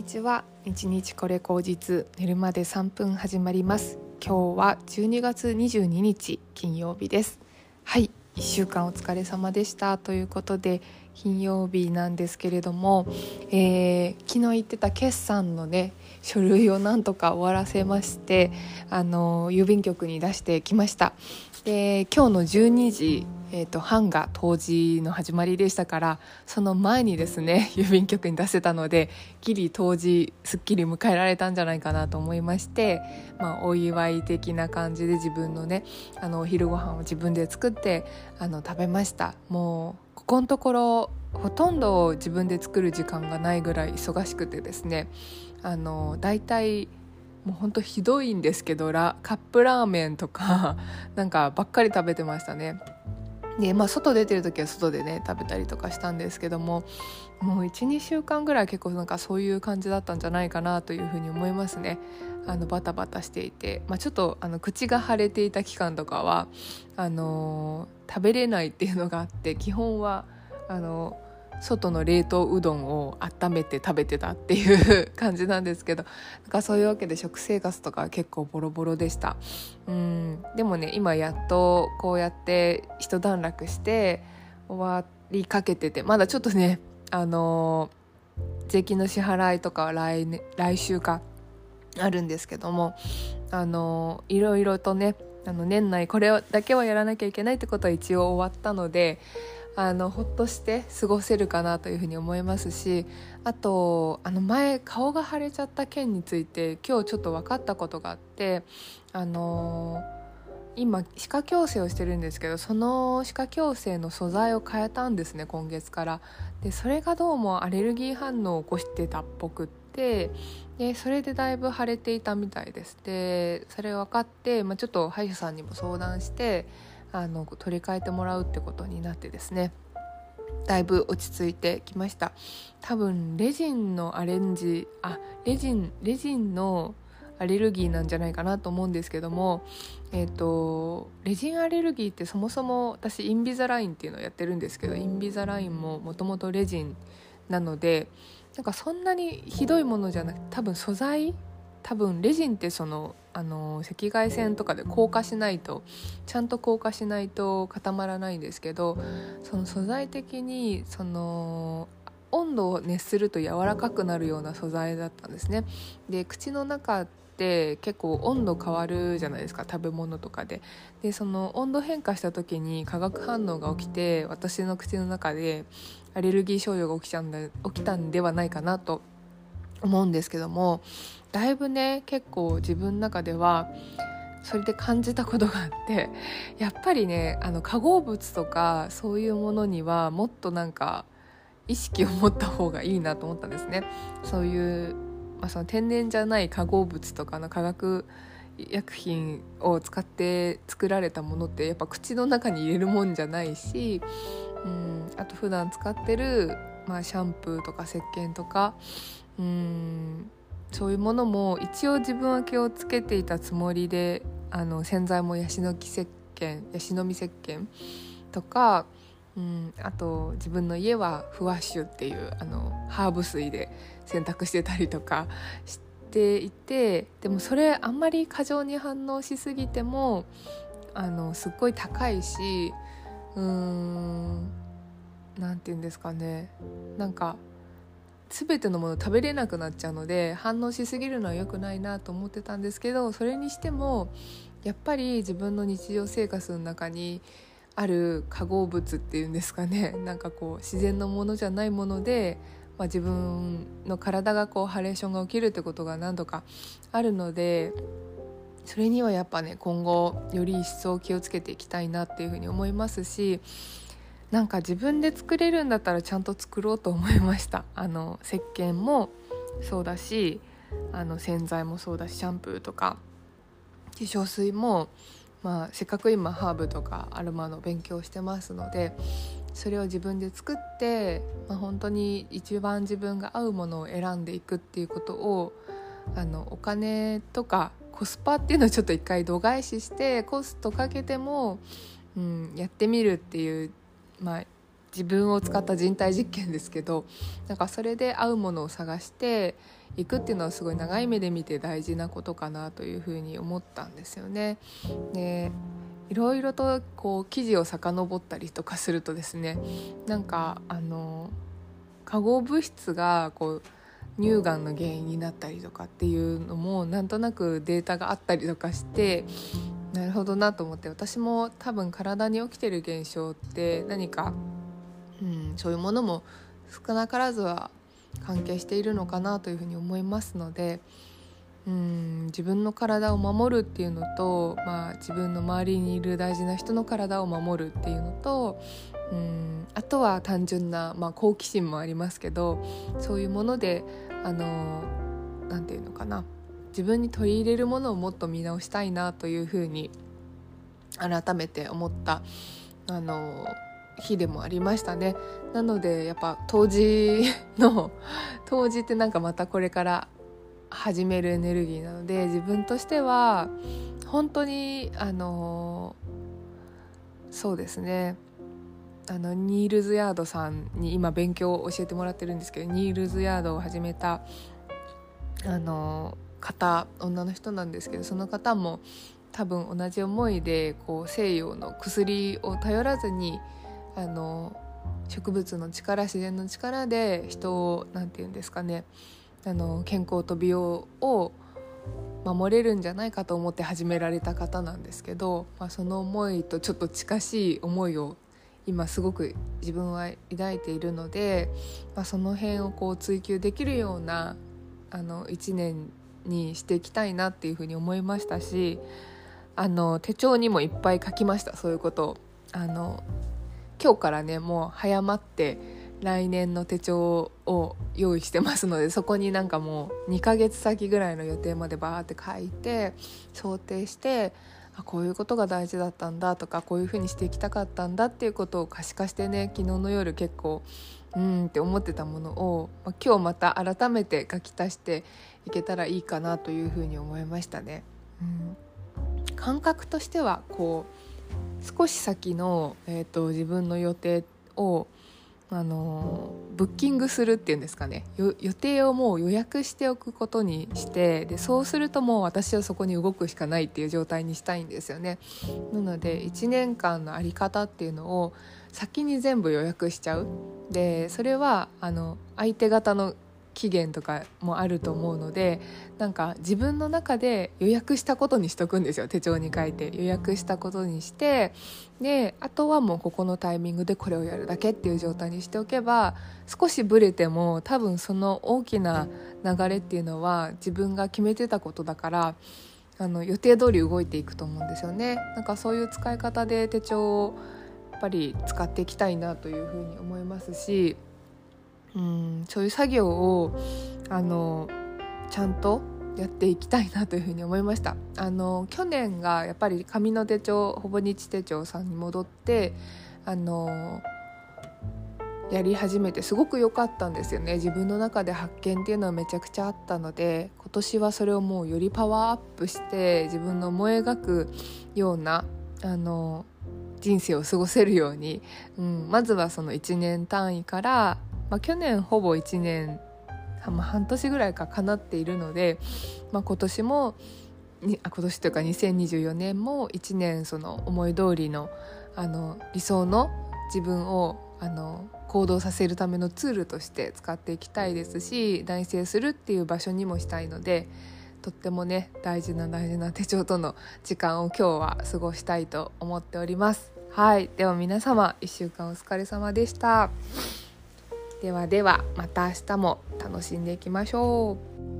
ちは。1日これ口実、寝るまで3分始まります。今日は12月22日金曜日です。はい、1週間お疲れ様でしたということで、金曜日なんですけれども、昨日言ってた決算のね書類をなんとか終わらせまして、郵便局に出してきました。で、今日の12時半が当時の始まりでしたから、その前にですね郵便局に出せたので、ギリ当時すっきり迎えられたんじゃないかなと思いまして、お祝い的な感じで自分のねお昼ご飯を自分で作って食べました。もうここのところほとんど自分で作る時間がないぐらい忙しくてですね、だいたいもうほんとひどいんですけど、カップラーメンとかなんかばっかり食べてましたね。で、外出てる時は外でね食べたりとかしたんですけども、もう 1,2 週間ぐらい結構なんかそういう感じだったんじゃないかなというふうに思いますね。バタバタしていて、ちょっと口が腫れていた期間とかは食べれないっていうのがあって、基本は外の冷凍うどんを温めて食べてたっていう感じなんですけど、なんかそういうわけで食生活とか結構ボロボロでした。でもね、今やっとこうやって一段落して終わりかけてて、まだちょっとね税金の支払いとかは来週かあるんですけども、いろいろとね年内これだけはやらなきゃいけないってことは一応終わったので、ほっとして過ごせるかなというふうに思いますし、あと前顔が腫れちゃった件について今日ちょっと分かったことがあって、今歯科矯正をしてるんですけど、その歯科矯正の素材を変えたんですね、今月から。でそれがどうもアレルギー反応を起こしてたっぽくって、でそれでだいぶ腫れていたみたいです。でそれ分かって、ちょっと歯医者さんにも相談して取り替えてもらうってことになってですね、だいぶ落ち着いてきました。多分レジンのレジンのアレルギーなんじゃないかなと思うんですけども、レジンアレルギーってそもそも私インビザラインっていうのをやってるんですけど、インビザラインももともとレジンなので、なんかそんなにひどいものじゃなくて、多分レジンって赤外線とかでちゃんと硬化しないと固まらないんですけど、その素材的に温度を熱すると柔らかくなるような素材だったんですね。で口の中って結構温度変わるじゃないですか、食べ物とかで。でその温度変化した時に化学反応が起きて、私の口の中でアレルギー症状が起きたんではないかなと思うんですけども、だいぶね結構自分の中ではそれで感じたことがあって、やっぱりね化合物とかそういうものにはもっとなんか意識を持った方がいいなと思ったんですね。そういう、その天然じゃない化合物とかの化学薬品を使って作られたものってやっぱ口の中に入れるもんじゃないし、あと普段使ってる、シャンプーとか石鹸とかそういうものも一応自分は気をつけていたつもりで、洗剤もヤシの実石鹸とか、あと自分の家はフワッシュっていうハーブ水で洗濯してたりとかしていて、でもそれあんまり過剰に反応しすぎてもすっごい高いし、なんていうんですかね、なんか全てのもの食べれなくなっちゃうので、反応しすぎるのは良くないなと思ってたんですけど、それにしてもやっぱり自分の日常生活の中にある化合物っていうんですかね、なんかこう自然のものじゃないもので、自分の体がハレーションが起きるってことが何度かあるので、それにはやっぱね今後より一層気をつけていきたいなっていうふうに思いますし、なんか自分で作れるんだったらちゃんと作ろうと思いました。石鹸もそうだし洗剤もそうだし、シャンプーとか化粧水も、せっかく今ハーブとかアロマの勉強してますので、それを自分で作って、本当に一番自分が合うものを選んでいくっていうことをお金とかコスパっていうのをちょっと一回度外視して、コストかけても、やってみるっていう、自分を使った人体実験ですけど、なんかそれで合うものを探していくっていうのはすごい長い目で見て大事なことかなというふうに思ったんですよね。でいろいろとこう記事を遡ったりとかするとですね、なんか化合物質がこう乳がんの原因になったりとかっていうのもなんとなくデータがあったりとかして、なるほどなと思って、私も多分体に起きてる現象って何か、そういうものも少なからずは関係しているのかなというふうに思いますので、自分の体を守るっていうのと、自分の周りにいる大事な人の体を守るっていうのと、あとは単純な、好奇心もありますけど、そういうものでなんていうのかな、自分に取り入れるものをもっと見直したいなというふうに改めて思った日でもありましたね。なのでやっぱ冬至ってなんかまたこれから始めるエネルギーなので、自分としては本当にそうですね、ニールズヤードさんに今勉強を教えてもらってるんですけど、ニールズヤードを始めた女の人なんですけど、その方も多分同じ思いでこう西洋の薬を頼らずに植物の力、自然の力で人をなんていうんですかね、健康と美容を守れるんじゃないかと思って始められた方なんですけど、その思いとちょっと近しい思いを今すごく自分は抱いているので、その辺をこう追求できるような1年にしていきたいなっていうふうに思いましたし、手帳にもいっぱい書きました。そういうことを今日からね、もう早まって来年の手帳を用意してますので、そこになんかもう2ヶ月先ぐらいの予定までバーって書いて想定して、こういうことが大事だったんだとか、こういうふうにしていきたかったんだっていうことを可視化してね、昨日の夜結構って思ってたものを、今日また改めて書き足していけたらいいかなというふうに思いましたね。感覚としてはこう少し先の、自分の予定をブッキングするっていうんですかね、予定をもう予約しておくことにして、でそうするともう私はそこに動くしかないっていう状態にしたいんですよね。なので1年間のあり方っていうのを先に全部予約しちゃう。でそれは相手方の期限とかもあると思うので、なんか自分の中で予約したことにしとくんですよ。手帳に書いて予約したことにして、であとはもうここのタイミングでこれをやるだけっていう状態にしておけば、少しブレても多分その大きな流れっていうのは自分が決めてたことだから、予定通り動いていくと思うんですよね。なんかそういう使い方で手帳をやっぱり使っていきたいなというふうに思いますし、そういう作業をちゃんとやっていきたいなというふうに思いました。去年がやっぱり紙の手帳、ほぼ日手帳さんに戻ってやり始めてすごく良かったんですよね。自分の中で発見っていうのはめちゃくちゃあったので、今年はそれをもうよりパワーアップして自分の思い描くような人生を過ごせるように、まずはその1年単位から、去年ほぼ1年、半年ぐらいかなっているので、今年というか2024年も1年その思い通りの理想の自分を行動させるためのツールとして使っていきたいですし、内省するっていう場所にもしたいので、とってもね大事な手帳との時間を今日は過ごしたいと思っております。はい、では皆様1週間お疲れ様でした。ではまた明日も楽しんでいきましょう。